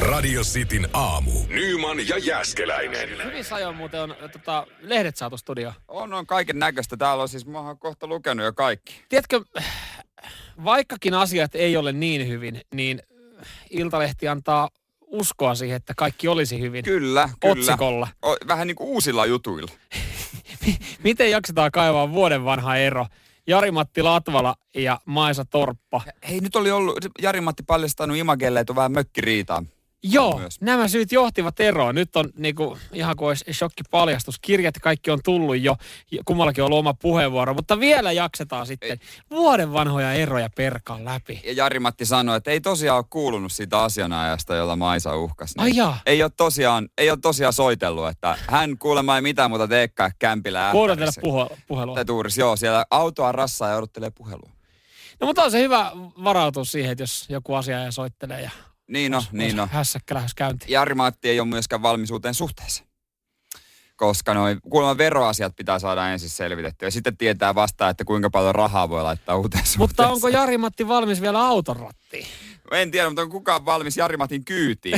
Radio Cityn aamu. Nyman ja Jääskeläinen. Hyvissä ajoin muuten on lehdet saatu studioon. On kaiken näköistä. Täällä on siis, mä oon kohta lukenut jo kaikki. Tiedätkö, vaikkakin asiat ei ole niin hyvin, niin Iltalehti antaa uskoa siihen, että kaikki olisi hyvin. Kyllä. Otsikolla. Vähän niin kuin uusilla jutuilla. Miten jaksetaan kaivaa vuoden vanha ero? Jari-Matti Latvala ja Maisa Torppa. Hei, nyt oli ollut Jari-Matti paljastanut Imagelle, että on vähän mökkiriitaa. Joo, myös. Nämä syyt johtivat eroon. Nyt on niinku, ihan kuin olisi shokkipaljastus. Kirjat kaikki on tullut jo. Kummallakin on ollut oma puheenvuoro. Mutta vielä jaksetaan sitten vuoden vanhoja eroja perkaan läpi. Ja Jari-Matti sanoi, että ei tosiaan ole kuulunut siitä asianajasta, jolla Maisa uhkasi. Ai jaa. Ei ole tosiaan soitellut, että hän kuulemma ei mitään muuta teekään kämpillä Kuunnella ähtärissä. puhelua. Tuuris, joo, siellä autoa rassaa ja odottelee puhelua. No mutta on se hyvä varautua siihen, että jos joku asiaaja soittelee ja Niin on. hässäkkä lähes käyntiin. Jari-Matti ei ole myöskään valmiisuuteen suhteeseen. Koska kuulemma veroasiat pitää saada ensin selvitettyä. Ja sitten tietää vasta, että kuinka paljon rahaa voi laittaa uuteen suhteeseen. Mutta onko Jari-Matti valmis vielä auton rattiin? En tiedä, mutta on kukaan valmis Jari-Matin kyytiin.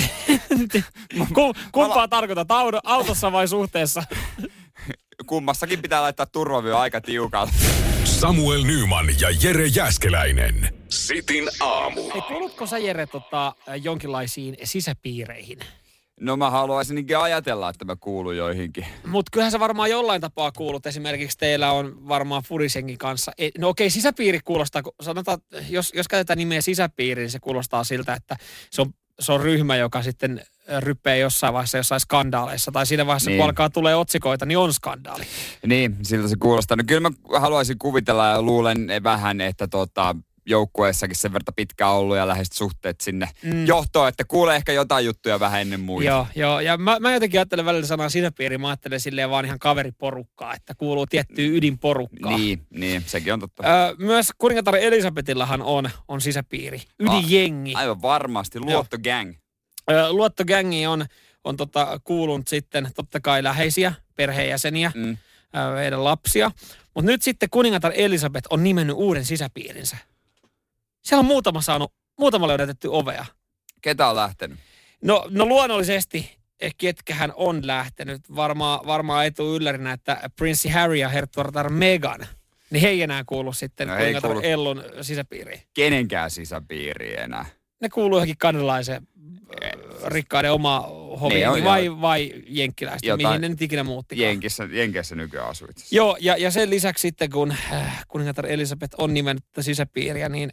Kumpaa tarkoitat? Autossa vai suhteessa? Kummassakin pitää laittaa turvavyö aika tiukalle. Samuel Nyman ja Jere Jääskeläinen. Cityn aamu. Hei, kuulutko sä, Jere, jonkinlaisiin sisäpiireihin? No mä haluaisinkin ajatella, että mä kuulun joihinkin. Mutta kyllähän sä varmaan jollain tapaa kuulut. Esimerkiksi teillä on varmaan Fudisengin kanssa. No okei, sisäpiiri kuulostaa, sanotaan, jos käytetään nimeä sisäpiiri, niin se kuulostaa siltä, että se on ryhmä, joka sitten ryppee jossain vaiheessa jossain skandaaleissa. Tai siinä vaiheessa, kun alkaa tulee otsikoita, niin on skandaali. Niin, siltä se kuulostaa. No kyllä mä haluaisin kuvitella ja luulen vähän, että joukkueessakin sen verran pitkään ollut ja läheiset suhteet sinne johtoon, että kuulee ehkä jotain juttuja vähän ennen muita. Joo. Ja mä jotenkin ajattelen välillä sanaa sisäpiiri, mä ajattelen silleen vaan ihan kaveriporukkaa, että kuuluu tiettyyn ydinporukkaan. Niin, sekin on totta. Myös kuningatar Elisabetillahan on sisäpiiri, ydinjengi. Aivan varmasti, luottogang. Luottogängi on kuulunut sitten totta kai läheisiä perheenjäseniä, heidän lapsia. Mutta nyt sitten kuningatar Elisabeth on nimennyt uuden sisäpiirinsä. Siellä on muutama löydetty ovea. Ketä on lähtenyt? No luonnollisesti, ketkähän on lähtenyt. Varmaan ei tule yllärinä, että prinssi Harry ja herttuatar Meghan, niin he ei enää kuulu sitten kuningatar Ellun sisäpiiriin. Kenenkään sisäpiiriin enää? Ne kuuluu johonkin kanadalaiseen rikkaiden oma hoviin, vai jenkkiläistä, mihin ne nyt ikinä muuttikaan. Jenkeissä nykyään asuu itse. Joo, ja sen lisäksi sitten, kun kuningatar Elisabeth on nimennyt sisäpiiriä, niin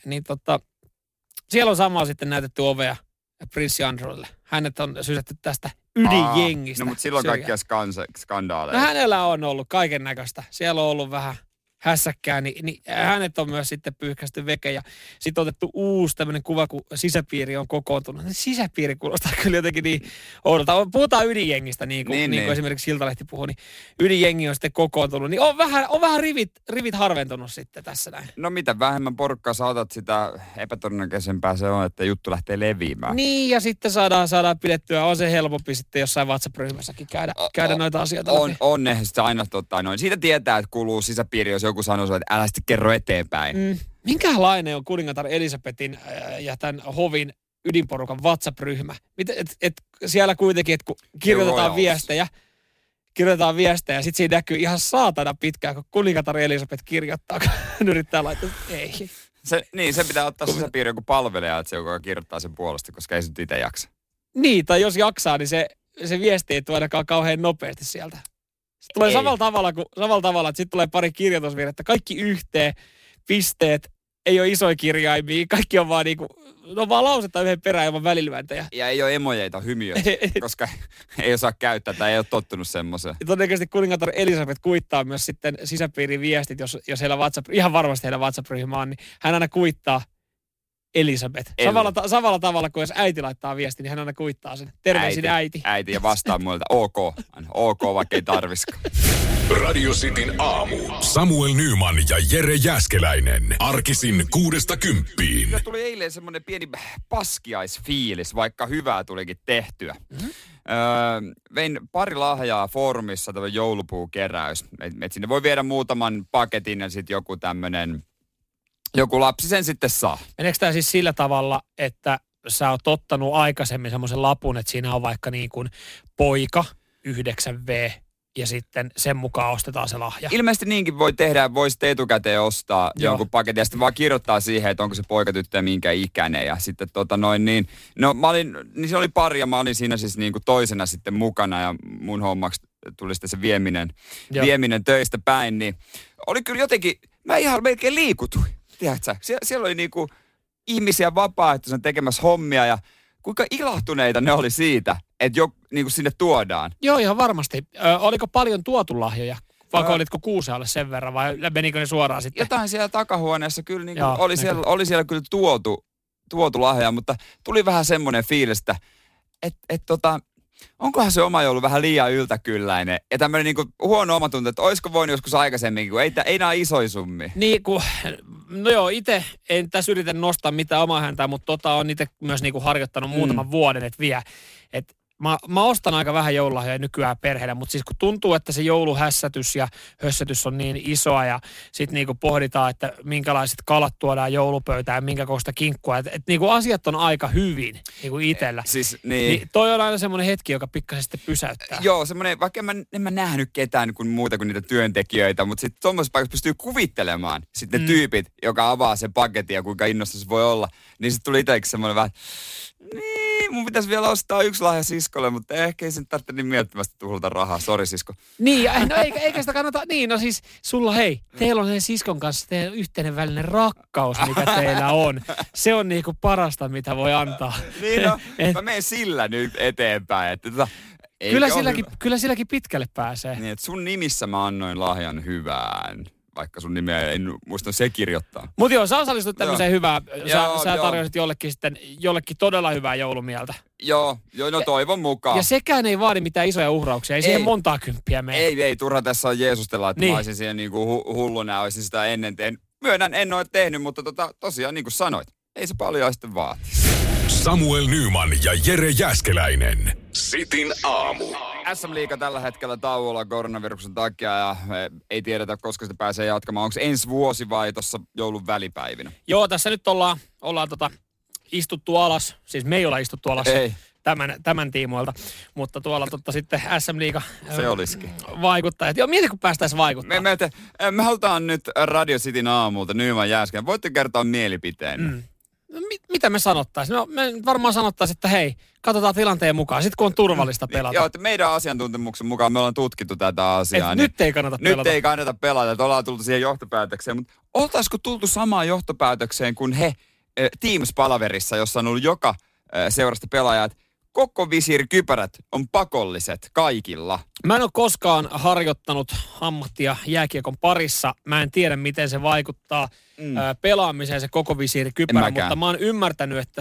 siellä on samaa sitten näytetty ovea prinssi Andrewlle. Hänet on sysätty tästä ydinjengistä. No, mutta silloin kaikkia skandaaleja. No hänellä on ollut kaiken näköistä. Siellä on ollut vähän hässäkkää, niin hänet on myös sitten pyyhkästy veke. Ja sitten on otettu uusi tämmöinen kuva, kun sisäpiiri on kokoontunut. Sisäpiiri kuulostaa kyllä jotenkin niin oudolta. Puhutaan ydinjengistä, niin kuin esimerkiksi Iltalehti puhui, niin ydinjengi on sitten kokoontunut. Niin on vähän rivit harventunut sitten tässä näin. No mitä vähemmän porukkaa saatat, sitä epätodennäköisempää se on, että juttu lähtee leviämään. Niin, ja sitten saadaan pidettyä. On se helpompi sitten jossain WhatsApp-ryhmässäkin käydä noita asioita. On ne sitten aina noin. Siitä tietää, että kuuluu sisäpiiri, jos joku sanoo, että älä sitten kerro eteenpäin. Minkälainen on kuningatar Elisabetin ja tämän hovin ydinporukan WhatsApp-ryhmä? Siellä kuitenkin, että kun kirjoitetaan viestejä, sitten siinä näkyy ihan saatana pitkään, kun kuningatar Elisabeth kirjoittaa, kun hän yrittää laittaa, ei. Se pitää ottaa sisäpiiri joku palvelija, että se joka kirjoittaa sen puolesta, koska ei se nyt itse jaksa. Niin, tai jos jaksaa, niin se viesti ei tule ainakaan kauhean nopeasti sieltä. Se tulee samalla tavalla, että sitten tulee pari kirjoitusvirhettä. Kaikki yhteen, pisteet, ei ole isoja kirjaimia, kaikki on vaan vaan lausetta yhden perään ilman välilvääntäjä. Ja ei ole emojeita, hymiöitä, koska ei osaa käyttää tai ei ole tottunut semmoiseen. Todennäköisesti kuningatar Elisabeth kuittaa myös sitten sisäpiirin viestit, jos heillä ihan varmasti heillä WhatsApp-ryhmä on, niin hän aina kuittaa Elisabeth. Samalla tavalla kuin jos äiti laittaa viesti, niin hän aina kuittaa sen. Terveisin äiti. Äiti ja vastaa muilta OK. OK, vaikka ei tarviskaan. Radio Cityn aamu. Samuel Nyman ja Jere Jääskeläinen. Arkisin 6–10. Kyllä tuli eilen semmoinen pieni paskiaisfiilis, vaikka hyvää tulikin tehtyä. Vein pari lahjaa foorumissa, tämä joulupuukeräys. Et sinne voi viedä muutaman paketin ja sitten joku lapsi sen sitten saa. Meneekö tämä siis sillä tavalla, että sä oot ottanut aikaisemmin semmoisen lapun, että siinä on vaikka niin kuin poika 9V ja sitten sen mukaan ostetaan se lahja. Ilmeisesti niinkin voi tehdä, voi sitten etukäteen ostaa jonkun paketin ja sitten vaan kirjoittaa siihen, että onko se poika, tyttö ja minkä ikäinen. Ja sitten niin se oli pari ja mä olin siinä siis niin kuin toisena sitten mukana ja mun hommaksi tuli sitten se vieminen töistä päin. Niin oli kyllä jotenkin, mä ihan melkein liikutuin, tiedätkö? Siellä oli niinku ihmisiä vapaaehtoisen tekemässä hommia ja kuinka ilahtuneita ne oli siitä, että niinku sinne tuodaan. Joo, ihan varmasti. Oliko paljon tuotu lahjoja? Vaikka olitko kuusealle sen verran vai menikö ne suoraan sitten? Jotain siellä takahuoneessa kyllä niinku oli siellä kyllä tuotu lahjoja, mutta tuli vähän semmoinen fiilis, että onkohan se oma joulu vähän liian yltäkylläinen ja tämmöinen niinku huono omatunto, että olisiko voinut joskus aikaisemmin, kun ei nämä isoja summia. Niin kuin, no joo, itse en tässä yritä nostaa mitään omaa häntää, mutta on itse myös niinku harjoittanut muutaman vuoden, että vie. Mä ostan aika vähän joululahjoja nykyään perheelle, mutta siis kun tuntuu, että se jouluhässätys ja hössätys on niin isoa ja sitten niinku pohditaan, että minkälaiset kalat tuodaan joulupöytään ja minkä kokoista kinkkua, että niinku asiat on aika hyvin niinku itsellä. Siis, niin toi on aina semmoinen hetki, joka pikkasen sitten pysäyttää. Joo, semmoinen, vaikka en mä nähnyt ketään kuin muuta kuin niitä työntekijöitä, mutta sitten tuommoisessa paikassa pystyy kuvittelemaan sitten ne tyypit, joka avaa sen paketin ja kuinka innostus se voi olla. Niin sitten tuli itsekin semmoinen vähän, niin, mun pitäisi vielä ostaa yksi lahja siskolle, mutta ehkä ei sen tarvitse niin miettimästä tuhlata rahaa. Sori sisko. Niin, no eikä sitä kannata. Niin, no siis sulla teillä on sen siskon kanssa teidän yhteinen välinen rakkaus, mikä teillä on. Se on niinku parasta, mitä voi antaa. Niin no, mä menen sillä nyt eteenpäin. Että kyllä silläkin pitkälle pääsee. Niin, että sun nimissä mä annoin lahjan hyvään. Vaikka sun nimeä en muista se kirjoittaa. Mutta joo, sä osallistut tämmöiseen hyvään. Sä tarjoisit jollekin todella hyvää joulumieltä. Joo, no toivon mukaan. Ja sekään ei vaadi mitään isoja uhrauksia. Ei siihen montaa kymppiä mene. Ei, turha tässä on Jeesustella, että mä olisin siihen niinku hulluna ja olisin sitä ennen tehnyt. Myönnän, en ole tehnyt, mutta tosiaan niin kuin sanoit, ei se paljon sitten vaati. Samuel Nyman ja Jere Jääskeläinen. Sitin aamu. SM-liiga tällä hetkellä tauolla koronaviruksen takia ja ei tiedetä, koska sitä pääsee jatkamaan. Onko se ensi vuosi vai tuossa joulun välipäivinä? Joo, tässä nyt ollaan istuttu alas. Siis me ei olla istuttu alas tämän tiimoilta. Mutta tuolla sitten SM-liiga se olisikin vaikuttajat. Joo, mieti kun päästäisiin vaikuttaa. Me halutaan nyt Radio Cityn aamulta Nyman Jääskeläinen. Voitte kertoa mielipiteen. Mitä me sanottaisiin? No me varmaan sanottaisiin, että hei, katsotaan tilanteen mukaan, sitten kun on turvallista pelata. Joo, että meidän asiantuntemuksen mukaan me ollaan tutkittu tätä asiaa. Nyt ei kannata pelata. Nyt ei kannata pelata, että ollaan tultu siihen johtopäätökseen. Mutta oltaisiko tultu samaan johtopäätökseen kuin he Teams-palaverissa, jossa on ollut joka seurasta pelaajaa, että koko visiirikypärät on pakolliset kaikilla. Mä en ole koskaan harjoittanut ammattia jääkiekon parissa. Mä en tiedä, miten se vaikuttaa pelaamiseen se koko visiirikypärä, mutta mä oon ymmärtänyt, että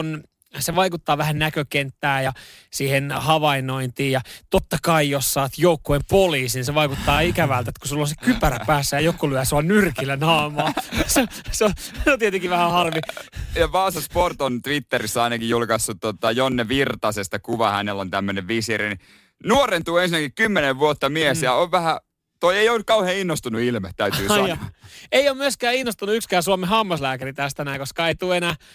se vaikuttaa vähän näkökenttään ja siihen havainnointiin. Ja totta kai, jos sä oot joukkueen poliisin, se vaikuttaa ikävältä, että kun sulla on se kypärä päässä ja joku lyö sua nyrkillä naamaa. Se on tietenkin vähän harmi. Ja Vaasa Sport on Twitterissä ainakin julkaissut Jonne Virtasesta kuva. Hänellä on tämmöinen visiiri. Niin nuorentuu ensinnäkin 10 vuotta mies ja on vähän... Toi ei ole kauhean innostunut ilme, täytyy sanoa. Ei ole myöskään innostunut yksikään Suomen hammaslääkäri tästä näin, koska ei tule enää...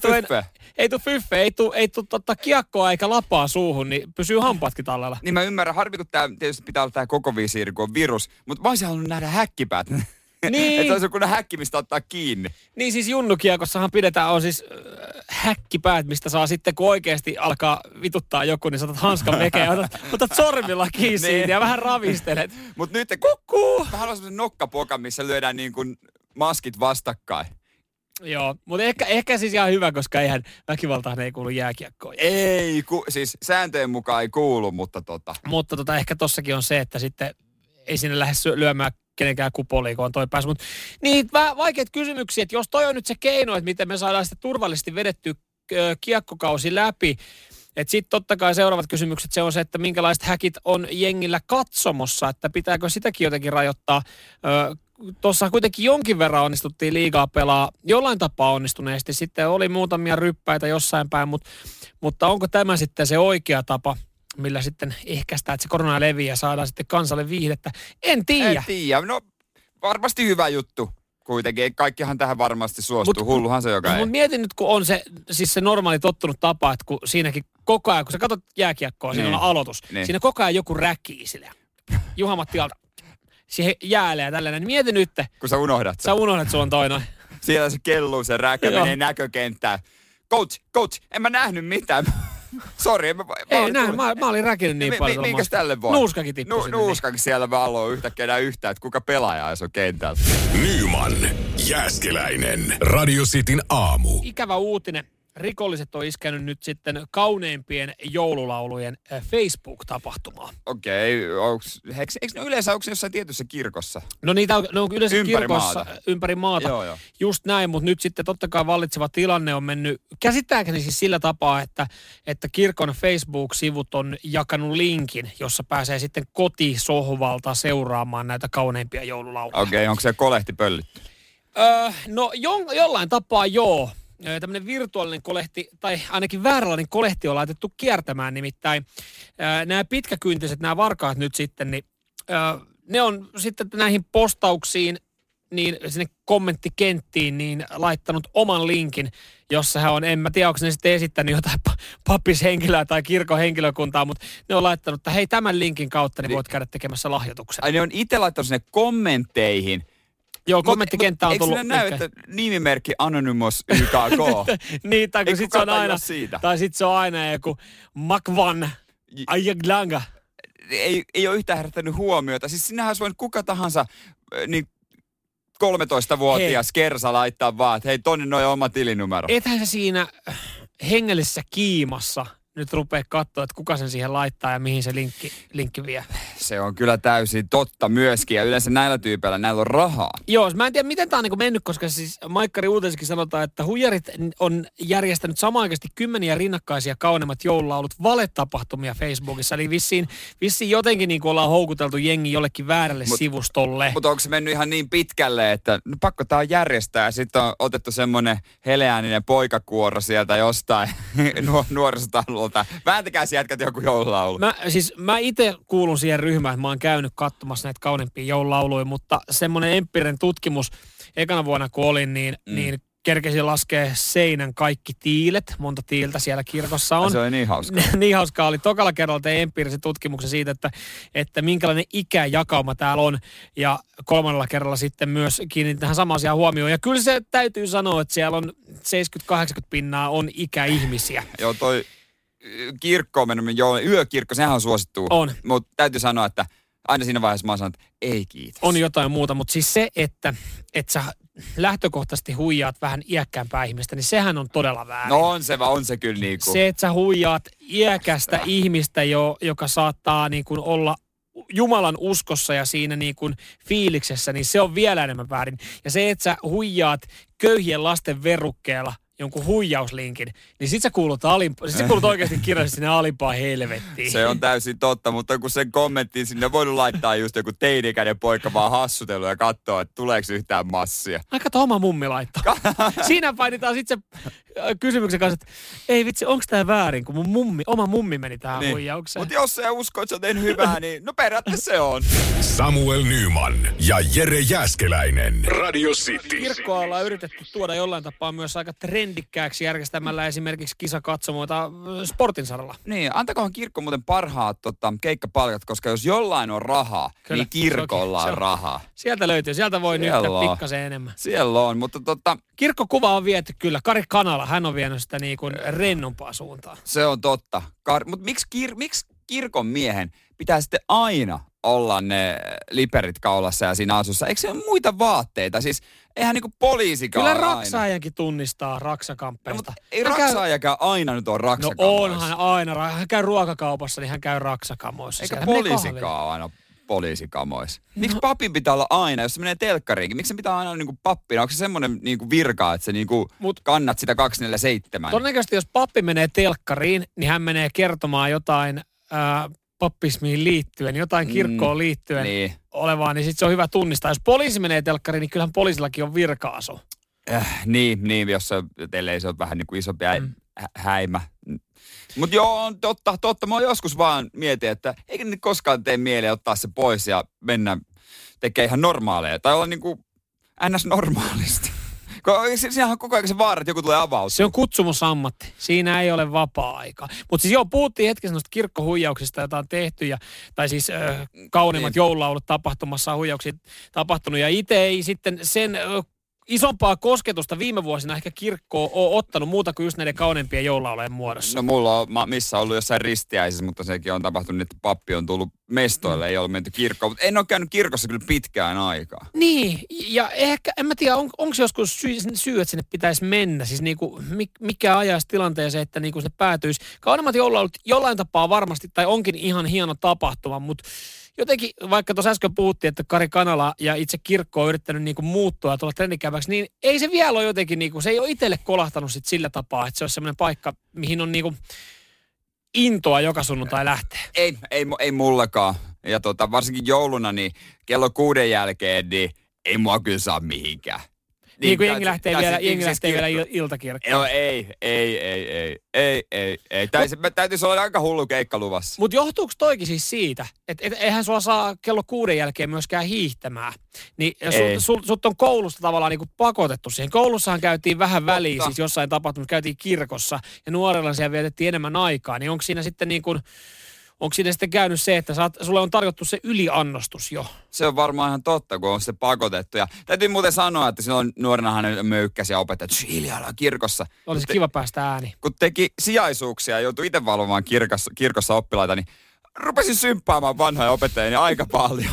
Ei tule fyffe, ei tule kiekkoa eikä lapaa suuhun, niin pysyy hampaatkin tallella. Niin mä ymmärrän, harmi kun tää tietysti pitää olla tää koko visiiri, kun on virus. Mutta mä olisin halunnut nähdä häkkipäät. Niin. Että olisi joku häkki, mistä ottaa kiinni. Niin siis junnukiekossahan on siis häkkipäät, mistä saa sitten, kun oikeasti alkaa vituttaa joku, niin sä otat hanskan vekeä ja otat sormilla kiinni siitä ja vähän ravistelet. Mut nyt mä haluan semmoisen nokkapokan, missä lyödään niin kuin maskit vastakkain. Joo, mutta ehkä siis ihan hyvä, koska eihän väkivaltaan ei kuulu jääkiekkoon. Siis sääntöjen mukaan ei kuulu, mutta Mutta ehkä tossakin on se, että sitten ei sinne lähde lyömään kenenkään kupoliin, kun on toi päässä. Mutta niin, vaikeat kysymyksiä, että jos toi on nyt se keino, että miten me saadaan sitten turvallisesti vedettyä kiekkokausi läpi, että sitten totta kai seuraavat kysymykset, se on se, että minkälaiset häkit on jengillä katsomossa, että pitääkö sitäkin jotenkin rajoittaa. Tuossa kuitenkin jonkin verran onnistuttiin liigaa pelaa, jollain tapaa onnistuneesti. Sitten oli muutamia ryppäitä jossain päin, mutta onko tämä sitten se oikea tapa, millä sitten ehkäistään, että se korona leviää ja saadaan sitten kansalle viihdettä? En tiedä. No varmasti hyvä juttu. kuitenkin. Kaikkihan tähän varmasti suostuu. Hulluhan se joka ei. Mutta mietin nyt, kun on se normaali tottunut tapa, että kun siinäkin koko ajan, kun sä katsot jääkiekkoa, siinä on aloitus. Niin. Siinä koko ajan joku räkii silleen. Juha-Matti Aalto siihen jäälle ja tällainen. Niin mieti nyt. Kun sä unohdat sen. Sä unohdat, sulla on toinen. Siellä se kelluu, se räkä menee näkökenttään. Coach, en mä nähnyt mitään. Sori, mä olin räkinyt niin paljon. Minkäs tälle voi? Nuuskakin tippui sinne. Nuuskakin siellä valoo yhtäkkiä yhtään, että kuka pelaaja on kentällä. Nyman, Jääskeläinen, Radio Cityn aamu. Ikävä uutinen. Rikolliset on iskenyt nyt sitten kauneimpien joululaulujen Facebook-tapahtumaan. Okei, eikö ne yleensä, onko ne jossain tietyssä kirkossa? No niitä on yleensä ympäri kirkossa maata. Ympäri maata. Joo. Just näin, mutta nyt sitten totta kai vallitseva tilanne on mennyt käsittääkseni siis sillä tapaa, että kirkon Facebook-sivut on jakanut linkin, jossa pääsee sitten kotisohvalta seuraamaan näitä kauneimpia joululauluja. Okei, onko se kolehti pöllitty? No jollain tapaa joo. Tämmöinen virtuaalinen kolehti, tai ainakin vääränlainen kolehti on laitettu kiertämään, nimittäin nämä pitkäkyntiset, nämä varkaat nyt sitten, niin ne on sitten näihin postauksiin, niin sinne kommenttikenttiin, niin laittanut oman linkin, jossa hän on, en mä tiedä, onko ne sitten esittänyt jotain pappishenkilöä tai kirkon henkilökuntaa, mutta ne on laittanut, että hei, tämän linkin kautta niin voit käydä tekemässä lahjoituksen. Ai ne on itse laittanut sinne kommentteihin. Joo, kommenttikenttä on tullut. Eikö sinä näy, että nimimerkki Anonymous YKK? Niin, tai kun sit se on aina, siitä. Tai sit se on aina joku Makvan Ayaglanga. Ei ole yhtään herättänyt huomiota. Siis sinähän olisi voinut kuka tahansa niin 13-vuotias kersa laittaa vaan, että hei, tonne noin oma tilinumero. Ethän se siinä hengellisessä kiimassa nyt rupeaa katsoa, että kuka sen siihen laittaa ja mihin se linkki vie. Se on kyllä täysin totta myöskin, ja yleensä näillä tyypeillä näillä on rahaa. Joo, mä en tiedä, miten tää on niin mennyt, koska siis Maikkari uutisessakin sanotaan, että huijarit on järjestänyt samanaikaisesti 10 rinnakkaisia kauneimmat joululaulut valetapahtumia Facebookissa. Eli vissiin jotenkin niin ollaan houkuteltu jengi jollekin väärälle sivustolle. Mutta onko se mennyt ihan niin pitkälle, että no, pakko tää järjestää, ja sitten on otettu semmoinen heleääninen poikakuoro sieltä jostain nuorisotalolta. Vääntäkää se jätkät joku joululaulu. Mä itse kuulun siihen ryhmään, että mä oon käynyt katsomassa näitä kauneimpia joululauluja, mutta semmoinen empiirinen tutkimus ekana vuonna kun olin, niin kerkesin laskea seinän kaikki tiilet. Monta tiiltä siellä kirkossa on. Se oli niin hauskaa. Niin hauskaa oli. Tokalla kerralla tein empiirisen tutkimuksen siitä, että minkälainen ikäjakauma täällä on. Ja kolmannella kerralla sitten myös kiinnitin tähän samaan asiaan huomioon. Ja kyllä se täytyy sanoa, että siellä on 70-80% on ikäihmisiä. Joo, toi kirkko on mennyt, yökirkko, sehän on suosittu. On. Mutta täytyy sanoa, että aina siinä vaiheessa mä oon sanonut, että ei kiitos. On jotain muuta, mutta siis se, että sä lähtökohtaisesti huijaat vähän iäkkäämpää ihmistä, niin sehän on todella väärin. No on se kyllä niin kuin. Se, että sä huijaat iäkästä ihmistä, joka saattaa niin kuin olla Jumalan uskossa ja siinä niin kuin fiiliksessä, niin se on vielä enemmän väärin. Ja se, että sä huijaat köyhien lasten verukkeella jonkun huijauslinkin, niin sit sä kuulut oikeasti kirjallisesti sinne alimpaan helvettiin. Se on täysin totta, mutta kun sen kommenttiin sinne voinut laittaa just joku teini-ikäinen poika vaan hassutellut ja katsoa, että tuleeko yhtään massia. Ai kato, oma mummi laittaa. Siinä painitaan sit se kysymyksen kanssa, että ei vitsi, onko tää väärin, kun oma mummi meni tähän huijaukseen. Mutta jos sä uskoo, että sä tehnyt hyvää, niin no periaatteessa se on. Samuel Nyman ja Jere Jääskeläinen. Radio City. Kirkkoa ollaan yritetty tuoda jollain tapaa myös aika trendikkääksi järjestämällä esimerkiksi kisakatsomoita sportin saralla. Niin, antakohan kirkko muuten parhaat keikkapalkat, koska jos jollain on rahaa, kyllä, niin kirkolla on rahaa. Sieltä löytyy, sieltä voi nyt pikkasen enemmän. Siellä on, mutta kirkkokuva on viety kyllä. Kari Kanala, hän on vienyt sitä niin kuin rennompaa suuntaan. Se on totta. Mutta miksi kirkon miehen pitää sitten aina olla ne liperit kaulassa ja siinä asussa? Eikö se ole muita vaatteita? Siis eihän niinku poliisikaan kyllä raksaajankin tunnistaa raksakamppeista. No, ei raksaajakaan aina nyt ole raksakamoissa. No onhan aina. Hän käy ruokakaupassa, niin hän käy raksakamoissa. Eikä poliisikaan aina poliisikamoissa. Miksi papin pitää olla aina, jos se menee telkkariinkin? Miksi se pitää aina olla niinku pappina? Onko se semmoinen niinku virka, että se niinku kannat sitä 247? Todennäköisesti jos pappi menee telkkariin, niin hän menee kertomaan jotain pappismiin liittyen, jotain kirkkoon liittyen olevaa, niin sitten se on hyvä tunnistaa. Jos poliisi menee telkkariin, niin kyllähän poliisillakin on virka-asu. Niin, jos teille se on vähän niin kuin isompi häimä. Mutta joo, on totta. Mä oon joskus vaan mietin, että eikö nyt koskaan tee mieleen ottaa se pois ja mennä tekemään ihan normaaleja. Tai olla niinku ns. Normaalisti. Siinähän on koko ajan se vaara, että joku tulee avautumaan. Se on kutsumusammatti. Siinä ei ole vapaa-aikaa. Mutta siis puhuttiin hetken noista kirkkohuijauksista, joita on tehty, tai siis kauniimmat joululaulut tapahtumassa on huijauksia tapahtunut. Ja itse ei sitten sen isompaa kosketusta viime vuosina ehkä kirkkoon ole ottanut muuta kuin just näiden kauneimpien joululaulujen muodossa. No mulla on missä ollut jossain ristiäisissä, mutta sekin on tapahtunut, että pappi on tullut mestoille, ei ole menty kirkkoon. Mutta en ole käynyt kirkossa kyllä pitkään aikaa. Niin, ja ehkä, en mä tiedä, onko se joskus syy, että sinne pitäisi mennä? Siis niinku, mikä ajaisi tilanteeseen, että niinku sinne päätyisi. Kauneimmat joululaulut jollain tapaa varmasti, tai onkin ihan hieno tapahtuma, mutta jotenkin, vaikka tuossa äsken puhuttiin, että Kari Kanala ja itse kirkko on yrittänyt niinku muuttua ja tulla trendikäyväksi, niin ei se vielä ole jotenkin, niinku, se ei ole itselle kolahtanut sit sillä tapaa, että se olisi semmoinen paikka, mihin on niinku intoa joka sunnuntai lähtee. Ei mullakaan. Ja varsinkin jouluna, niin kello 6 jälkeen, niin ei mua kyllä saa mihinkään. Niin kuin jengi lähtee vielä iltakirkkoon. No ei. Täytyisi olla aika hullu keikka luvassa. Mutta johtuuko toikin siis siitä, että eihän sua saa kello 6 jälkeen myöskään hiihtämään? Niin sut on koulusta tavallaan niinku pakotettu siihen. Koulussahan käytiin vähän väliin, siis jossain tapahtumassa käytiin kirkossa ja nuorella siellä vietettiin enemmän aikaa. Niin onko siinä sitten niin kuin... Onko siinä sitten käynyt se, että sulle on tarjottu se yliannostus jo? Se on varmaan ihan totta, kun on se pakotettu. Ja täytyy muuten sanoa, että silloin nuorena hän möykkäsi ja opettaja, että hiljaa ollaan kirkossa. Olisi kiva päästä ääni. Kun teki sijaisuuksia ja joutui itse valvomaan kirkossa oppilaita, niin rupesin symppaamaan vanhoja opettajia aika paljon.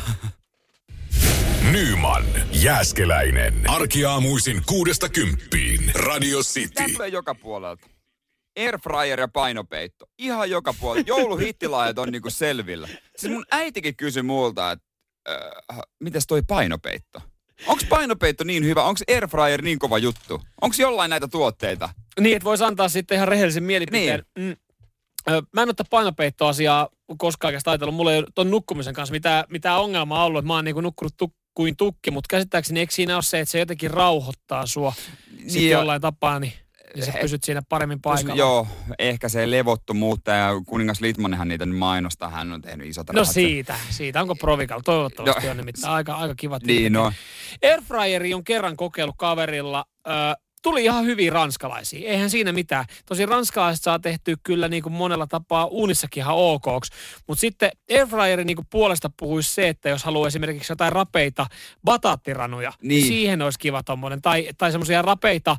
Nyman, Jääskeläinen. Arkiaamuisin 6–10. Radio City. Tämä tulee joka puolelta. Airfryer ja painopeitto. Ihan joka puolella. Jouluhittilaajat on niinku selvillä. Siis mun äitikin kysyi multa, että mitäs toi painopeitto? Onko painopeitto niin hyvä? Onko airfryer niin kova juttu? Onko jollain näitä tuotteita? Niin, että voisi antaa sitten ihan rehellisen mielipiteen. Niin. Mä en ole painopeittoasiaa koskaan oikeastaan ajatellut. Mulla ei ole ton nukkumisen kanssa mitään ongelmaa ollut. Mä oon niinku nukkunut kuin tukki, mutta käsittääkseni eikö siinä ole se, että se jotenkin rauhoittaa sua sitten jollain tapaa, niin sä pysyt siinä paremmin paikalla. Joo, ehkä se levottomuutta ja kuningas Litmanenhan niitä nyt mainostaa. Hän on tehnyt isot rahat. No siitä. Onko Provikalla? Toivottavasti on nimittäin aika kiva. Niin no. Airfryeri on kerran kokeillut kaverilla. Tuli ihan hyviä ranskalaisia. Eihän siinä mitään. Tosin ranskalaiset saa tehtyä kyllä niin kuin monella tapaa uunissakin ihan okoks. Mutta sitten airfryerin niin kuin puolesta puhuisi se, että jos haluaa esimerkiksi jotain rapeita bataattiranuja, niin siihen olisi kiva tommonen. Tai semmoisia rapeita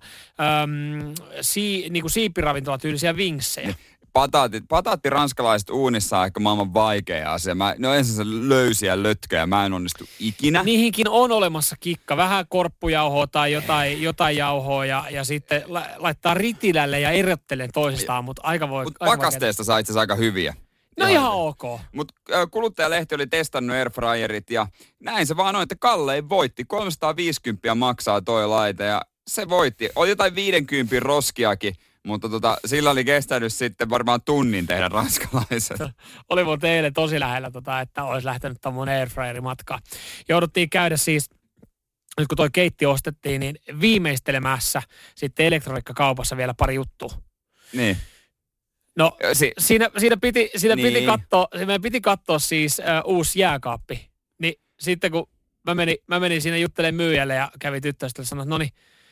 niin kuin siipiravintola-tyylisiä vinksejä. Pataatti ranskalaiset uunissa on ehkä maailman vaikea asia. Ne on ensin löysiä lötköjä, mä en onnistu ikinä. Niihinkin on olemassa kikka. Vähän korppujauhoa tai jotain jauhoa ja sitten laittaa ritilälle ja erottelee toisistaan, mutta aika voi... Mutta pakasteesta saa itse asiassa aika hyviä. No ihan ok. Mutta kuluttajalehti oli testannut airfryerit ja näin se vaan on, että kallein voitti. 350 maksaa toi laite ja se voitti. Oli jotain 50 roskiakin. Mutta sillä oli kestänyt sitten varmaan tunnin tehdä ranskalaiset. Oli muuten eilen tosi lähellä, että olisi lähtenyt tommoinen airfryerimatka. Jouduttiin käydä siis, nyt kun toi keitti ostettiin, niin viimeistelemässä sitten elektroniikkakaupassa vielä pari juttua. Niin. No siinä piti katsoa siis uusi jääkaappi. Niin sitten kun mä menin siinä juttelemaan myyjälle ja kävin tyttöystävälle sanoa, että no niin,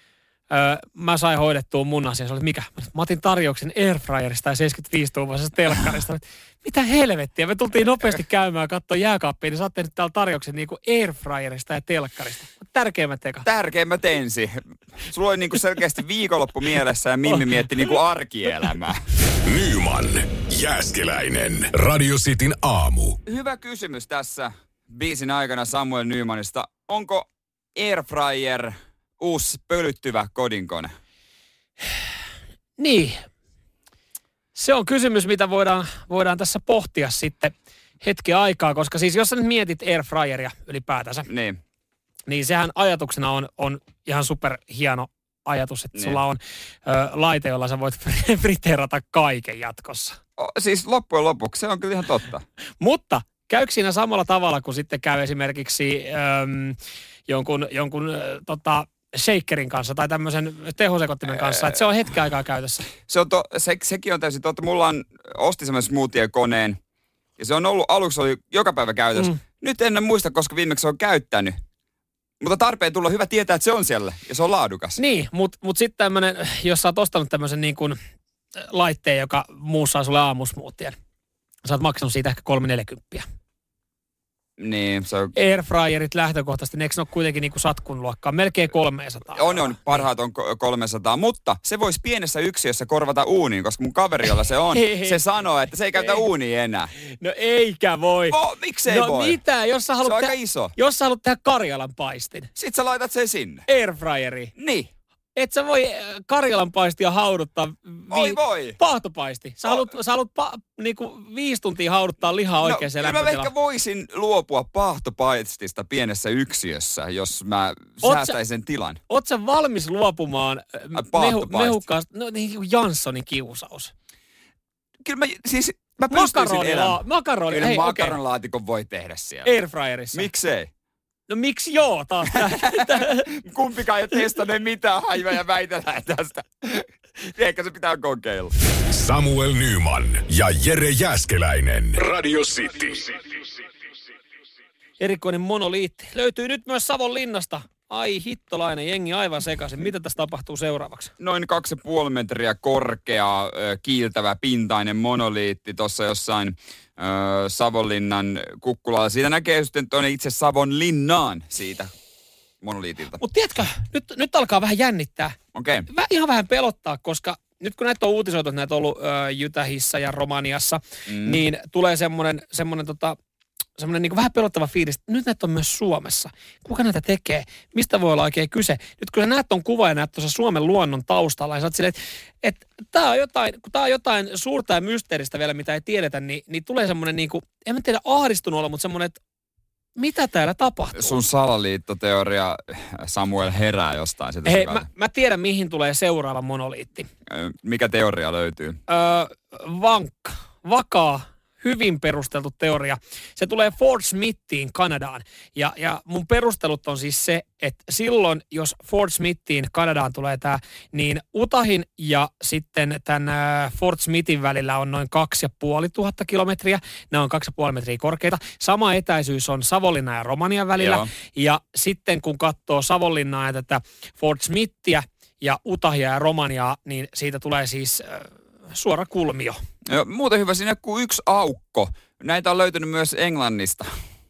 mä sain hoidettua mun asian. Se oli mikä? Mä otin tarjouksen airfryerista ja 75-tuumaisesta telkkarista. Mitä helvettiä? Me tultiin nopeasti käymään katsoa jääkaappia, niin saatte nyt täällä tarjouksen niinku airfryerista ja telkkarista. Tärkeimmät eka. Tärkeimmät ensin. Sulla oli niinku selkeästi viikonloppu mielessä ja Mimmi mietti niinku arkielämää. Nyman, Jääskeläinen. Radio Cityn aamu. Hyvä kysymys tässä biisin aikana Samuel Nymanista. Onko airfryer uusi pölyttyvä kodinkone? Niin. Se on kysymys, mitä voidaan tässä pohtia sitten hetken aikaa, koska siis jos sä nyt mietit airfryeria ylipäätänsä, niin sehän ajatuksena on ihan super hieno ajatus, että sulla on laite, jolla sä voit friteerata kaiken jatkossa. Siis loppujen lopuksi, se on kyllä ihan totta. Mutta käykö siinä samalla tavalla, kun sitten käy esimerkiksi jonkun shakerin kanssa tai tämmöisen tehosekottimen kanssa, että se on hetken aikaa käytössä. Sekin on täysin totta. Ostin semmoisen smoothie-koneen ja se on ollut, aluksi oli joka päivä käytössä. Nyt en muista, koska viimeksi on käyttänyt. Mutta tarpeen tulla hyvä tietää, että se on siellä ja se on laadukas. Niin, mutta sitten tämmöinen, jos sä oot ostanut tämmöisen niin kuin laitteen, joka muussaa sulle aamusmoothien. Sä oot maksanut siitä ehkä 340. Niin, se on... Airfryerit lähtökohtaisesti, eikö ne ole kuitenkin niin kuin satkun luokkaa? Melkein 300. On, parhaat on 300, mutta se voisi pienessä yksiössä korvata uuniin, koska mun kaverilla se on. Se sanoo, että se ei käytä uunia enää. No eikä voi. Miksei voi? No mitä, jos sä haluat se on aika iso. Jos sä haluat tehdä Karjalan paistin. Sit sä laitat sen sinne. Airfryeriin. Niin. Et sä voi Karjalan paistia hauduttaa. Voi. Pahtopaisti. Sä haluat niinku 5 tuntia hauduttaa lihaa oikeaan lämpötilaan. Mä ehkä voisin luopua paahtopaistista pienessä yksiössä, jos mä säästäisin tilan. Oot sä valmis luopumaan mehukkaasta, no niin Janssonin kiusaus? Kyllä mä pystyisin elämään. Makaronilaatikon voi tehdä siellä. Airfryerissa. Miksei? No miksi joo taas? Kumpikaan ei ole testannut mitään haiva ja väitellään tästä. Ehkä se pitää kokeilla. Samuel Nyman ja Jere Jääskeläinen. Radio City. Erikoinen monoliitti. Löytyy nyt myös Savonlinnasta. Ai hittolainen, jengi aivan sekaisin. Mitä tässä tapahtuu seuraavaksi? Noin 2,5 metriä korkea, kiiltävä, pintainen monoliitti tuossa jossain Savonlinnan kukkulalla. Siitä näkee sitten tuonne itse Savonlinnaan siitä monoliitilta. Mutta tiedätkö, nyt alkaa vähän jännittää. Okei. Ihan vähän pelottaa, koska nyt kun näitä on uutisoitu, että näitä on ollut Jytähissä ja Romaniassa, niin tulee semmoinen niin vähän pelottava fiilis, että nyt näitä on myös Suomessa. Kuka näitä tekee? Mistä voi olla oikein kyse? Nyt kun sä näet ton kuva ja näet tuossa Suomen luonnon taustalla, ja sä oot silleen, että tää on jotain suurta ja mysteeristä vielä, mitä ei tiedetä, niin tulee semmoinen niin kuin, en mä tiedä ahdistunut olla, mutta semmoinen, että mitä täällä tapahtuu? Sun salaliittoteoria, Samuel, herää jostain sitä. Hei, mä tiedän, mihin tulee seuraava monoliitti. Mikä teoria löytyy? Vakaa. Hyvin perusteltu teoria. Se tulee Fort Smithiin Kanadaan. Ja mun perustelut on siis se, että silloin, jos Fort Smithiin Kanadaan tulee tämä, niin Utahin ja sitten tämän Fort Smithin välillä on noin 2500 kilometriä. Ne on 2,5 metriä korkeita. Sama etäisyys on Savonlinnan ja Romanian välillä. Joo. Ja sitten kun katsoo Savonlinnaa ja tätä Fort Smithia ja Utahia ja Romaniaa, niin siitä tulee siis suora kulmio. Joo, muuten hyvä, siinä kuin yksi aukko. Näitä on löytynyt myös Englannista.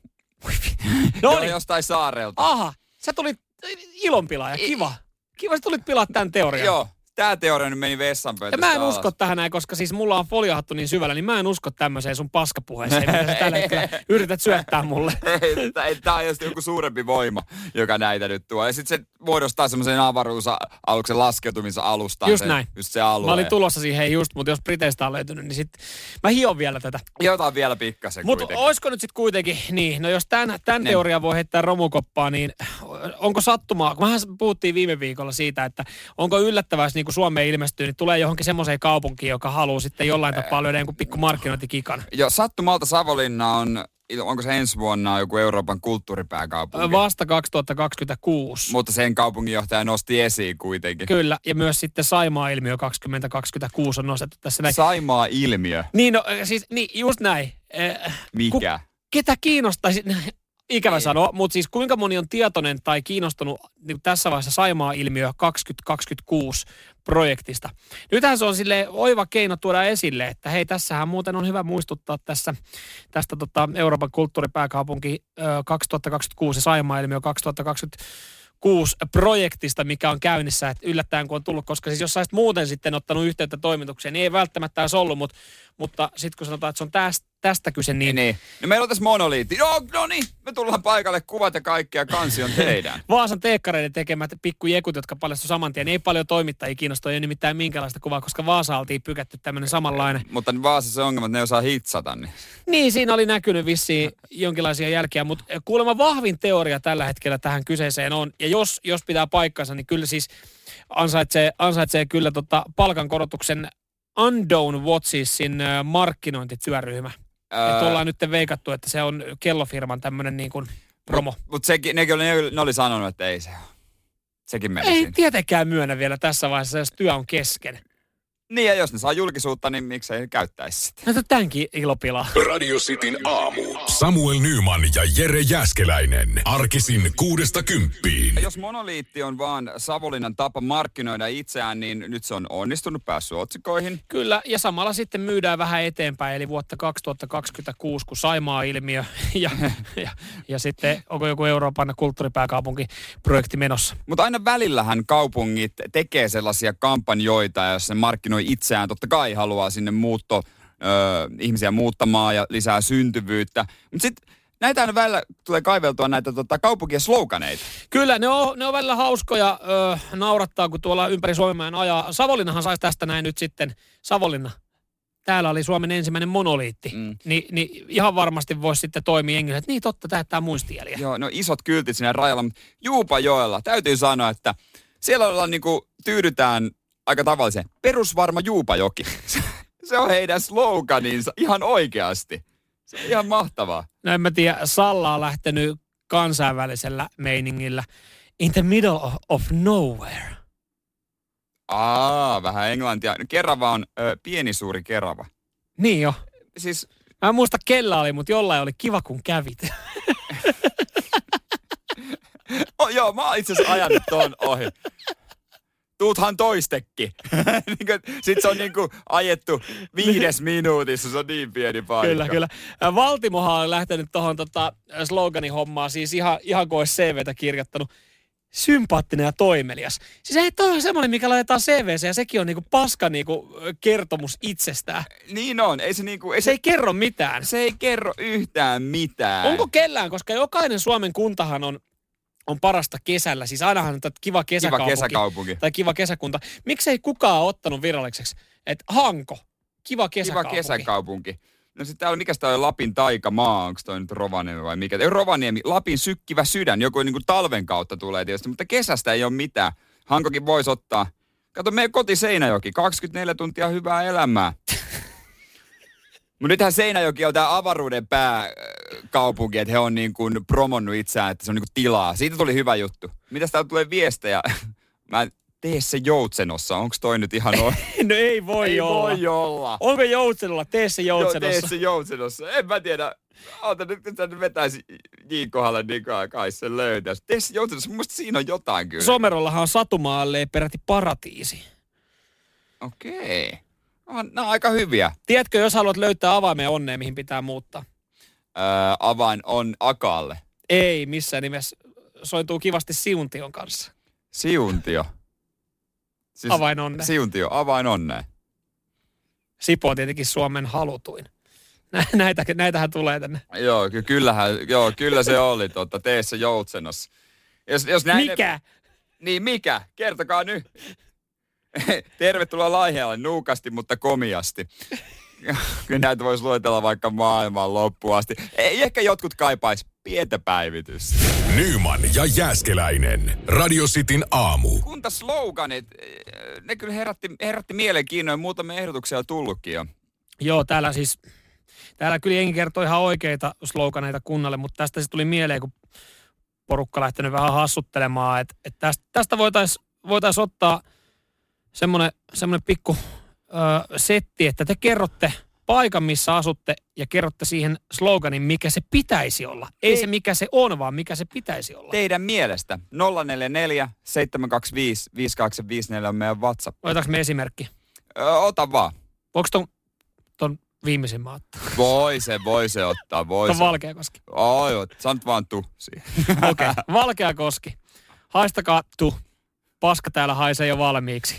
No niin. Jostain saarelta. Aha, sä tulit ilonpilaaja, kiva. Kiva, sä tulit pilaa tämän teorian. Joo, tää teoria nyt meni vessanpöytästä ja mä en usko tähän näin, koska siis mulla on foliohattu niin syvällä, niin mä en usko tämmöiseen sun paskapuheeseen, mitä sä tällä hetkellä yrität syöttää mulle. Tää on just joku suurempi voima, joka näitä nyt tuo. Ja sit se muodostaa semmoisen avaruusaluksen laskeutumisen alustaan. Just näin. Just se alue. Mä olin tulossa siihen just, mutta jos Briteistä on löytynyt, niin sit mä hion vielä tätä. Hiotaan vielä pikkasen kuitenkin. Mutta olisiko nyt sit kuitenkin, niin, no jos tän teorian voi heittää romukoppaan, niin onko sattumaa, kun mehän puhuttiin viime viikolla siitä, että onko yllättävää, jos niin kuin Suomeen ilmestyy, niin tulee johonkin semmoiseen kaupunkiin, joka haluaa sitten jollain tapaa löydä jonkun pikku markkinointikikan. Joo, sattumalta Savonlinna onko se ensi vuonna joku Euroopan kulttuuripääkaupunki? Vasta 2026. Mutta sen kaupunginjohtaja nosti esiin kuitenkin. Kyllä, ja myös sitten Saimaa-ilmiö 2026 on nostettu tässä näin. Saimaa-ilmiö? Niin, no siis, niin, just näin. Mikä? Ketä kiinnostaisi? Ikävä sanoa, mutta siis kuinka moni on tietoinen tai kiinnostunut niin tässä vaiheessa Saimaa-ilmiö 2026 projektista. Nythän se on silleen oiva keino tuoda esille, että hei, tässähän muuten on hyvä muistuttaa tästä Euroopan kulttuuripääkaupunki 2026 ja Saimaa-ilmiö 2026 projektista, mikä on käynnissä, että yllättäen kun on tullut, koska siis jos sä olisit muuten sitten ottanut yhteyttä toimitukseen, niin ei välttämättä olisi ollut, mutta sitten kun sanotaan, että se on tästä kyse, niin... No meillä on tässä monoliitti. No niin, me tullaan paikalle, kuvat ja kaikki ja kansi on teidän. Vaasan teekkareiden tekemät pikkujekut, jotka paljastui saman tien, niin ei paljon toimittajia kiinnostaa, ei nimittäin minkälaista kuvaa, koska Vaasa oltiin pykätty tämmöinen samanlainen. Mutta Vaasassa se ongelma, että ne osaa hitsata. Niin, siinä oli näkynyt vissiin jonkinlaisia jälkiä, mutta kuulemma vahvin teoria tällä hetkellä tähän kyseeseen on, ja jos pitää paikkansa, niin kyllä siis ansaitsee kyllä palkankorotuksen Unknown Watchesin markkinointityöryhmä. Että ollaan nyt veikattu, että se on kellofirman tämmöinen niin kuin promo. Mutta ne oli sanonut, että ei se ole. Sekin meni Ei siinä. tietenkään myönnä vielä tässä vaiheessa, jos työ on kesken. Niin, ja jos ne saa julkisuutta, niin miksei käyttäisi sitä. No tämänkin ilopilaa. Radio Cityn aamu. Samuel Nyman ja Jere Jääskeläinen. Arkisin 6–10. Jos Monoliitti on vaan Savonlinnan tapa markkinoida itseään, niin nyt se on onnistunut, päässyt otsikoihin. Kyllä, ja samalla sitten myydään vähän eteenpäin, eli vuotta 2026, kun Saimaa-ilmiö ja sitten onko joku Euroopan kulttuuripääkaupunkiprojekti menossa. Mutta aina välillähän kaupungit tekee sellaisia kampanjoita, jos se markkinoi itseään. Totta kai haluaa sinne ihmisiä muuttamaan ja lisää syntyvyyttä. Mutta sitten näitä aina välillä tulee kaiveltua näitä kaupunkien sloganeita. Kyllä, ne on välillä hauskoja naurattaa, kun tuolla ympäri Suomea ajaa. Savonlinnahan saisi tästä näin nyt sitten. Savonlinna. Täällä oli Suomen ensimmäinen monoliitti. Niin ihan varmasti voisi sitten toimia jengissä, että niin totta, tämä muistijäljiä. Joo, no isot kyltit siinä rajalla, mutta Juupajoella täytyy sanoa, että siellä ollaan niinku, tyydytään aika tavalliseen. Perusvarma Juupajoki. Se on heidän sloganinsa ihan oikeasti. Se on ihan mahtavaa. No en mä tiedä, Salla on lähtenyt kansainvälisellä meiningillä. In the middle of nowhere. Vähän englantia. Kerava on pieni suuri Kerava. Niin jo. Siis... Mä en muista kellä oli, mutta jollain oli kiva kun kävit. Joo, mä oon itse asiassa ajanut ton ohi. Tuuthan toistekki. Sitten se on niinku ajettu 5 minuutissa, se on niin pieni paikka. Kyllä. Valtimohan on lähtenyt tuohon sloganin hommaan, siis ihan kuin olisi CVtä kirjoittanut. Sympaattinen ja toimelias. Siis ei toi on semmoinen, mikä laitetaan CV:seen ja sekin on niinku paska niinku kertomus itsestään. Niin on. Se ei kerro mitään. Se ei kerro yhtään mitään. Onko kellään, koska jokainen Suomen kuntahan on parasta kesällä. Siis ainahan on kiva kesäkaupunki. Tai kiva kesäkunta. Miksei kukaan ottanut viralliseksi, että Hanko, kiva kesäkaupunki. No sitten täällä, mikäs tää on Lapin taikamaa, onko toi nyt Rovaniemi vai mikä? Ei Rovaniemi, Lapin sykkivä sydän, joku niinku talven kautta tulee tietysti, mutta kesästä ei ole mitään. Hankokin voisi ottaa. Kato, meidän koti Seinäjoki, 24 tuntia hyvää elämää. Mutta nythän Seinäjoki on tää avaruuden pääkaupunki, että he on niin kuin promonnut itseään, että se on niin kuin tilaa. Siitä tuli hyvä juttu. Mitäs täällä tulee viestejä? Mä tee se Joutsenossa. Onko toi nyt ihan No ei voi olla. Onko Joutsenolla? Tee se Joutsenossa. Joo, tee se Joutsenossa. En mä tiedä. Oota nyt, kun tänne vetäisi J-kohdalle, niin kai se löytäisi. Tee se Joutsenossa. Mun mielestä siinä on jotain kyllä. Somerollahan on Satumaalle peräti paratiisi. Okei. Nämä on aika hyviä. Tiedätkö, jos haluat löytää avaimen onneen, mihin pitää muuttaa? Avain on Akaalle. Ei missään nimessä. Sointuu kivasti Siuntion kanssa. Siuntio? Siis avain onneen. Siuntio, avain onneen. Sipo on tietenkin Suomen halutuin. Näitähän tulee tänne. Kyllä se oli. Tee se Joutsenossa. Jos näin mikä? Niin mikä? Kertokaa nyt. Tervetuloa Laihialle nuukasti, mutta komiasti. Kyllä näitä voisi luetella vaikka maailman loppuun asti. Ei ehkä jotkut kaipais pientä päivitystä. Nyman ja Jääskeläinen. Radio Cityn aamu. Kuntasloganit, ne kyllä herätti mielenkiinnoja. Muutamia ehdotuksia on tullutkin jo. Joo, täällä kyllä jengi kertoo ihan oikeita sloganeita kunnalle, mutta tästä sitten tuli mieleen, kun porukka lähtenyt vähän hassuttelemaan, että tästä voitaisiin ottaa semmoinen pikku setti, että te kerrotte paikan, missä asutte, ja kerrotte siihen sloganin, mikä se pitäisi olla. Ei se, mikä se on, vaan mikä se pitäisi olla. Teidän mielestä 044 725 5854 on meidän WhatsApp. Otetaanko me esimerkki? Ota vaan. Voiko ton viimeisen ottaa? Voi se ottaa. Ton Valkeakoski. Sanot vaan tu siihen. Okei, Valkeakoski. Haistakaa tu. Paska täällä haisee jo valmiiksi.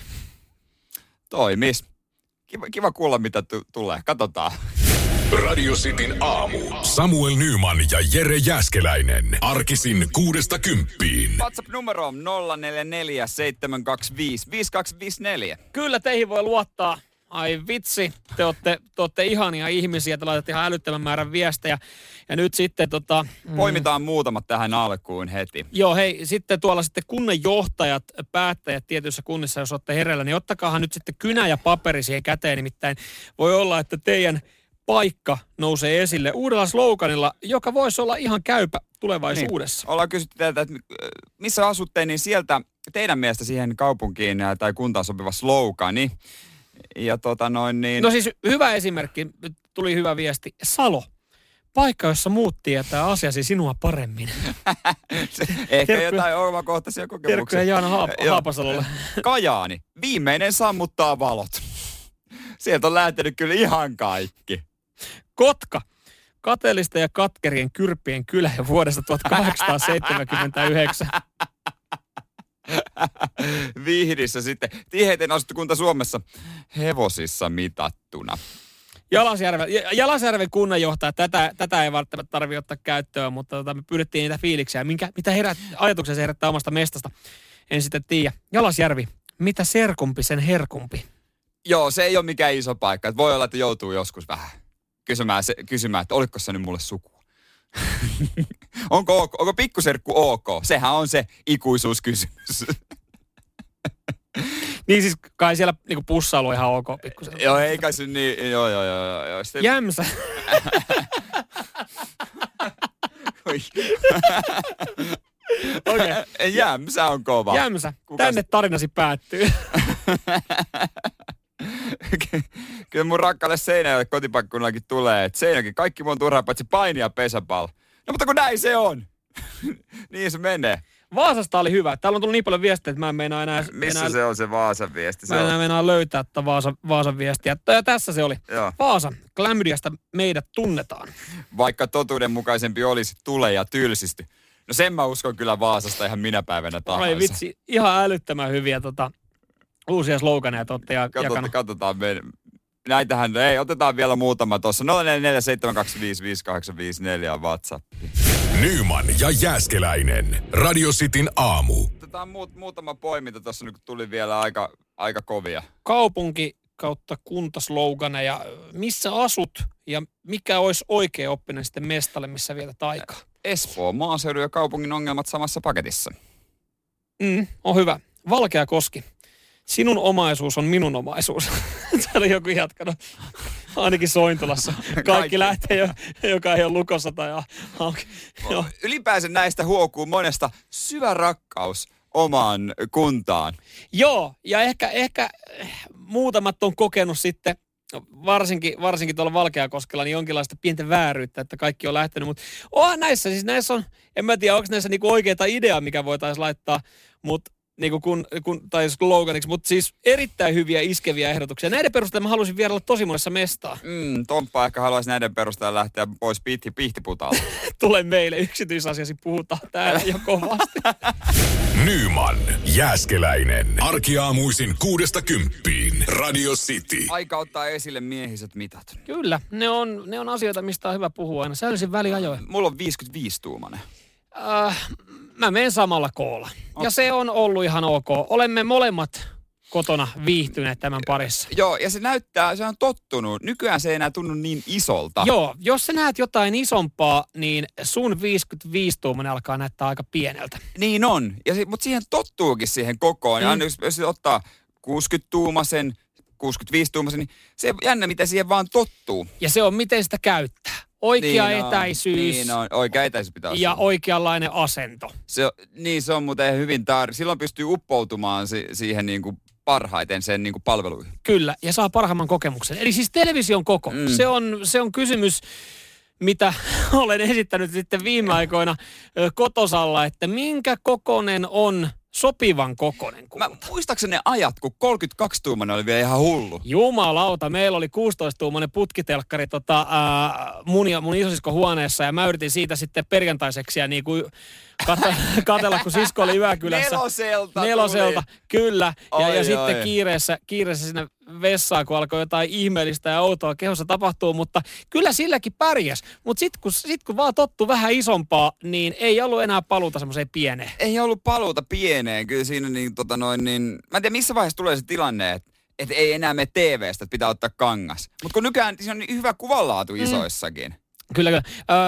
Toimis. Kiva kuulla, mitä tulee. Katsotaan. Radio Cityn aamu. Samuel Nyman ja Jere Jääskeläinen. Arkisin 6–10. WhatsApp-numero on 044 725 5854. Kyllä teihin voi luottaa. Ai vitsi, te ootte ihania ihmisiä, te laitatte ihan älyttömän määrän viestejä. Ja nyt sitten poimitaan muutamat tähän alkuun heti. Joo, hei, sitten tuolla sitten kunnanjohtajat, päättäjät tietyissä kunnissa, jos olette hereillä, niin ottakaahan nyt sitten kynä ja paperi siihen käteen. Nimittäin voi olla, että teidän paikka nousee esille uudella sloganilla, joka voisi olla ihan käypä tulevaisuudessa. Niin. Ollaan kysytty teiltä, että missä asutte, niin sieltä teidän mielestä siihen kaupunkiin tai kuntaan sopiva slogani. Ja No siis hyvä esimerkki, tuli hyvä viesti. Salo. Paikka, jossa muut tietää asiasi sinua paremmin. Ehkä jotain omakohtaisia kokemuksia. Terkkuja Jaana Haapasalolle. Kajaani. Viimeinen sammuttaa valot. Sieltä on lähtenyt kyllä ihan kaikki. Kotka. Kateellisten ja katkerien kyrppien kylä jo vuodesta 1879. Vihdissä sitten. Tiheiten asuttu kunta Suomessa hevosissa mitattuna. Jalasjärven kunnanjohtaja, tätä ei välttämättä tarvitse ottaa käyttöön, mutta me pyydettiin niitä fiiliksiä. Mitä ajatuksia se herättää omasta mestasta? En sitten tiedä. Jalasjärvi, mitä serkumpi sen herkumpi? Joo, se ei ole mikään iso paikka. Et voi olla, että joutuu joskus vähän kysymään, että oliko se nyt mulle sukua? Onko pikkuserkku ok? Sehän on se ikuisuuskysymys. Niin siis kai siellä niinku pussailu on ihan ok pikkuserkku. Joo, ei kai se niin, joo. Sitten... Jämsä. Okay. Jämsä on kova. Jämsä. Tänne tarinasi päättyy. Kyllä mun rakkaalle Seinäjoelle kotipaikkakunnallakin tulee, että Seinäjoki kaikki mun turhaa paitsi paini ja pesäpallo. No mutta kun näin se on. Niin se menee. Vaasasta oli hyvä. Täällä on tullut niin paljon viestejä, että mä en meinaa enää... Missä se on se Vaasan viesti? Mä en meinaa löytää tätä Vaasan viestiä. Ja tässä se oli. Joo. Vaasa, klamydiasta meidät tunnetaan. Vaikka totuudenmukaisempi olisi tule ja tylsisty. No sen mä uskon kyllä Vaasasta ihan minä päivänä tahansa. Ai vitsi, ihan älyttömän hyviä uusia sloganeja te olette jakanut. Katsotaan näitähän, otetaan vielä muutama tuossa. 0447255854 on WhatsApp. Nyman ja Jääskeläinen. Radio Cityn aamu. Otetaan muutama poiminta tuossa, nyt tuli vielä aika kovia. Kaupunki kautta kuntasloganeja. Missä asut ja mikä olisi oikea oppinen sitten mestalle, missä vietät aikaa? Espoo, maaseudun ja kaupungin ongelmat samassa paketissa. On hyvä. Valkeakoski. Sinun omaisuus on minun omaisuus. Täällä on joku jatkanut. Ainakin Sointulassa. Kaikki lähtee, joka ei ole lukossa tai auki. Ylipäänsä näistä huokuu monesta syvä rakkaus omaan kuntaan. Joo, ja ehkä muutamat on kokenut sitten, varsinkin tuolla Valkeakoskella, niin jonkinlaista pientä vääryyttä, että kaikki on lähtenyt. Mutta näissä on, en mä tiedä, onko näissä niinku oikeita ideaa, mikä voitaisiin laittaa, mutta niinku tai sloganiksi, mutta siis erittäin hyviä iskeviä ehdotuksia. Näiden perusteella mä haluaisin vierailla tosi monessa mestaa. Tomppa ehkä haluaisi näiden perusteella lähteä pois pihtiputalta. Tule meille, yksityisasiasi puhutaan täällä jo kovasti. Nyman, Jääskeläinen. Arkiaamuisin 6–10. Radio City. Aika ottaa esille miehiset mitat. Kyllä, ne on asioita, mistä on hyvä puhua aina. Säännöllisin väliajoin. Mulla on 55-tuumainen. Mä menen samalla koolla. Okay. Ja se on ollut ihan ok. Olemme molemmat kotona viihtyneet tämän parissa. Joo, ja se on tottunut. Nykyään se ei enää tunnu niin isolta. Joo, jos sä näet jotain isompaa, niin sun 55-tuumainen alkaa näyttää aika pieneltä. Niin on, mutta siihen tottuukin siihen kokoon. Ja jos ottaa 60-tuumaisen, 65-tuumaisen, niin se on jännä, miten siihen vaan tottuu. Ja se on, miten sitä käyttää. Oikea etäisyys. Niin on, oikea etäisyys pitää olla. Ja oikeanlainen asento. Se on muuten hyvin silloin pystyy uppoutumaan siihen niin kuin parhaiten sen niin kuin palveluihin. Kyllä, ja saa parhaimman kokemuksen. Eli siis television koko. Se on kysymys, mitä olen esittänyt sitten viime aikoina kotosalla, että minkä kokonen on sopivan kokonen kulta. Mä muistaakseni ne ajat, kun 32-tuumainen oli vielä ihan hullu. Jumalauta, meillä oli 16-tuumainen putkitelkkari mun ja mun isosiskon huoneessa, ja mä yritin siitä sitten perjantaiseksi ja niin kuin katsella, kun sisko oli Yökylässä. Neloselta, kyllä. Ja sitten kiireessä sinne vessaan, kun alkoi jotain ihmeellistä ja outoa kehossa tapahtuu, mutta kyllä silläkin pärjäs. Mutta sit kun vaan tottu vähän isompaa, niin ei ollut enää paluuta semmoiseen pieneen. Ei ollut paluuta pieneen, kyllä siinä mä en tiedä missä vaiheessa tulee se tilanne, että ei enää mene TV:stä, että pitää ottaa kangas. Mutta kun nykyään se on niin hyvä kuvanlaatu isoissakin. Kyllä.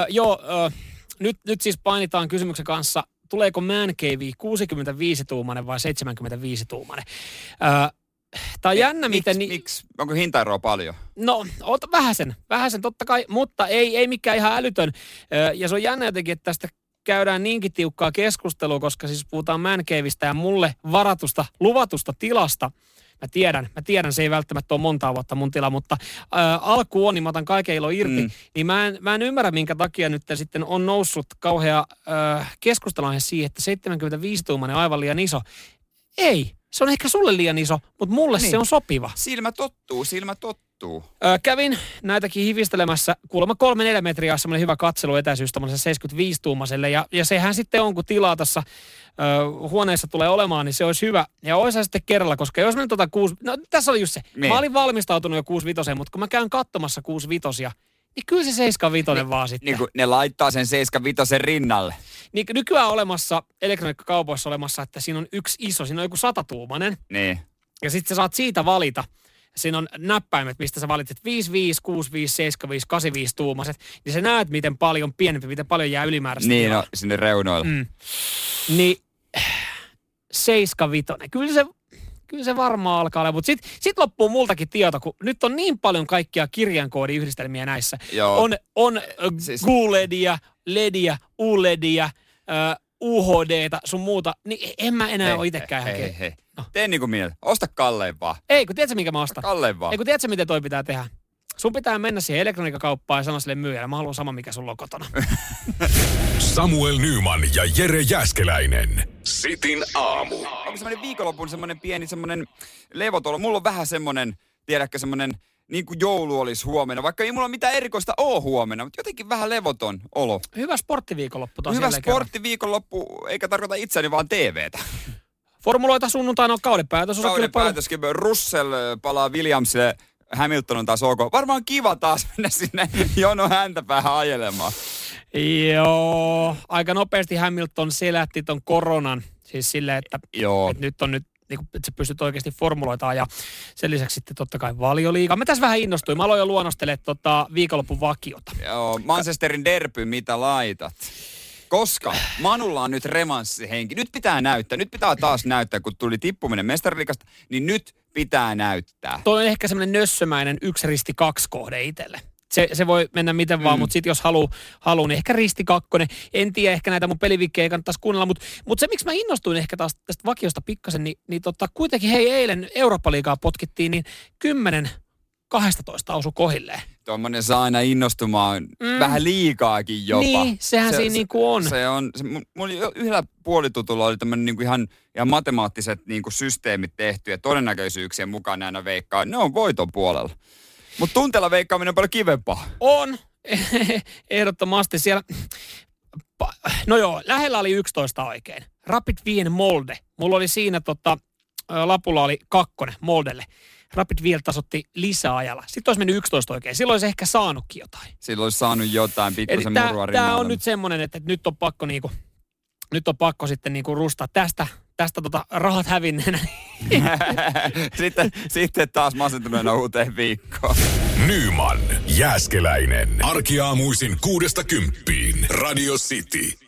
Nyt siis painitaan kysymyksen kanssa, tuleeko Man Cave 65-tuumainen vai 75-tuumainen? Tämä on jännä, miten... Miksi? Onko hintaeroa paljon? No, vähäsen totta kai, mutta ei mikään ihan älytön. Ja se on jännä jotenkin, että tästä käydään niinkin tiukkaa keskustelua, koska siis puhutaan Man Caveista ja mulle luvatusta tilasta, Mä tiedän, se ei välttämättä ole montaa vuotta mun tila, mutta alku on, niin mä otan kaiken ilo irti. Niin mä en ymmärrä, minkä takia nyt sitten on noussut kauhea keskustelun siihen, että 75-tuumainen on aivan liian iso. Ei, se on ehkä sulle liian iso, mutta mulle se on sopiva. Silmä tottuu. Kävin näitäkin hivistelemässä. Kuulemma 3-4 metriä on semmoinen hyvä katseluetäisyys tämmöiselle 75-tuumaiselle. Ja sehän sitten on, kun tilaa tässä huoneessa tulee olemaan, niin se olisi hyvä. Ja olisi sitten kerralla, koska jos mä nyt otan 6... No tässä oli just se. Mä olin valmistautunut jo 6-5, mutta kun mä käyn katsomassa 6-5, niin kyllä se 75 vaan sitten. Niin kuin ne laittaa sen 75 rinnalle. Niin nykyään olemassa, elektroniikkakaupoissa olemassa, että siinä on yksi iso, siinä on joku 100-tuumainen. Niin. Ja sitten sä saat siitä valita. Siinä on näppäimet, mistä sä valitset 55, 65, 75, 85 tuumaset. Niin sä näet, miten paljon pienempi, miten paljon jää ylimääräistä. Niin, no, sinne reunoilla. Niin 75. Kyllä se varmaan alkaa olla. Mutta sit loppuu multakin tieto, kun nyt on niin paljon kaikkia kirjankoodiyhdistelmiä näissä. Joo. On QLEDiä, LEDiä, ULEDiä, UHD:tä, sun muuta. Niin en mä enää ole itsekään ihan Hei. No. Tee niin kuin minä. Osta kallein vaan. Ei, kun tiedätkö minkä mä ostan? Kallein vaan. Ei, kun tiedätkö miten toi pitää tehdä? Sun pitää mennä siihen elektroniikkakauppaan ja sanoa sille myyjälle, mä haluan sama, mikä sulla on kotona. Samuel Nyman ja Jere Jääskeläinen. Sitin aamu. Onko semmoinen viikonlopun semmoinen pieni semmoinen levoton? Mulla on vähän semmoinen, tiedätkö, semmoinen niin kuin joulu olisi huomenna. Vaikka ei mulla mitään erikoista ole huomenna, mutta jotenkin vähän levoton olo. Hyvä sporttiviikonloppu taas. Hyvä sporttiviikonloppu, eikä tarkoita itseäni vaan TVtä. Formuloita sunnuntaina on kauden päätös. Russell palaa Williamsille. Hamilton on taas ok. Varmaan kiva taas mennä sinne jono häntä päähän ajelemaan. Joo, aika nopeasti Hamilton selätti ton koronan. Siis silleen, että nyt on niin kuin, että sä pystyt oikeasti formuloitaan ja sen lisäksi sitten totta kai Valioliiga. Mä tässä vähän innostuin. Mä aloin jo luonnostelemaan viikonlopun vakiota. Joo, Manchesterin derby, mitä laitat? Koska Manulla on nyt remanssihenki. Nyt pitää näyttää. Nyt pitää taas näyttää, kun tuli tippuminen mestariliigasta, niin nyt pitää näyttää. Toi on ehkä semmoinen nössömäinen 1 risti 2 kohde itselle. Se voi mennä miten vaan, mutta sitten jos haluaa, niin ehkä risti 2. En tiedä, ehkä näitä mun pelivikkejä kannattaisi kuunnella, mutta se miksi mä innostuin ehkä taas tästä vakiosta pikkasen, niin kuitenkin eilen Eurooppa-liigaa potkittiin, niin 10-12 osu kohilleen. Tuommoinen saa aina innostumaan vähän liikaakin jopa. Niin, sehän siinä niin kuin on. Mulla yhdellä puolitutulla oli tämmöinen niin kuin ihan matemaattiset niin kuin systeemit tehty ja todennäköisyyksien mukaan aina veikkaa. Ne on voiton puolella. Mutta tunteella veikkaaminen on paljon kivempaa. On. Ehdottomasti siellä. No joo, lähellä oli 11 oikein. Rapid Wien Molde. Mulla oli siinä lapulla oli 2 Moldelle. Rapid Wien tasotti lisäajalla. Sitten olisi mennyt 11 oikein. Silloin olisi ehkä saanutkin jotain. Silloin olisi saanut jotain pikkusen murua rinnalla. Tämä on nyt semmoinen, että nyt on pakko sitten niinku rustaa tästä rahat hävinneenä. sitten taas masentuneena uuteen viikkoon. Nyman, Jääskeläinen. Arkiaamuisin 6-10. Radio City.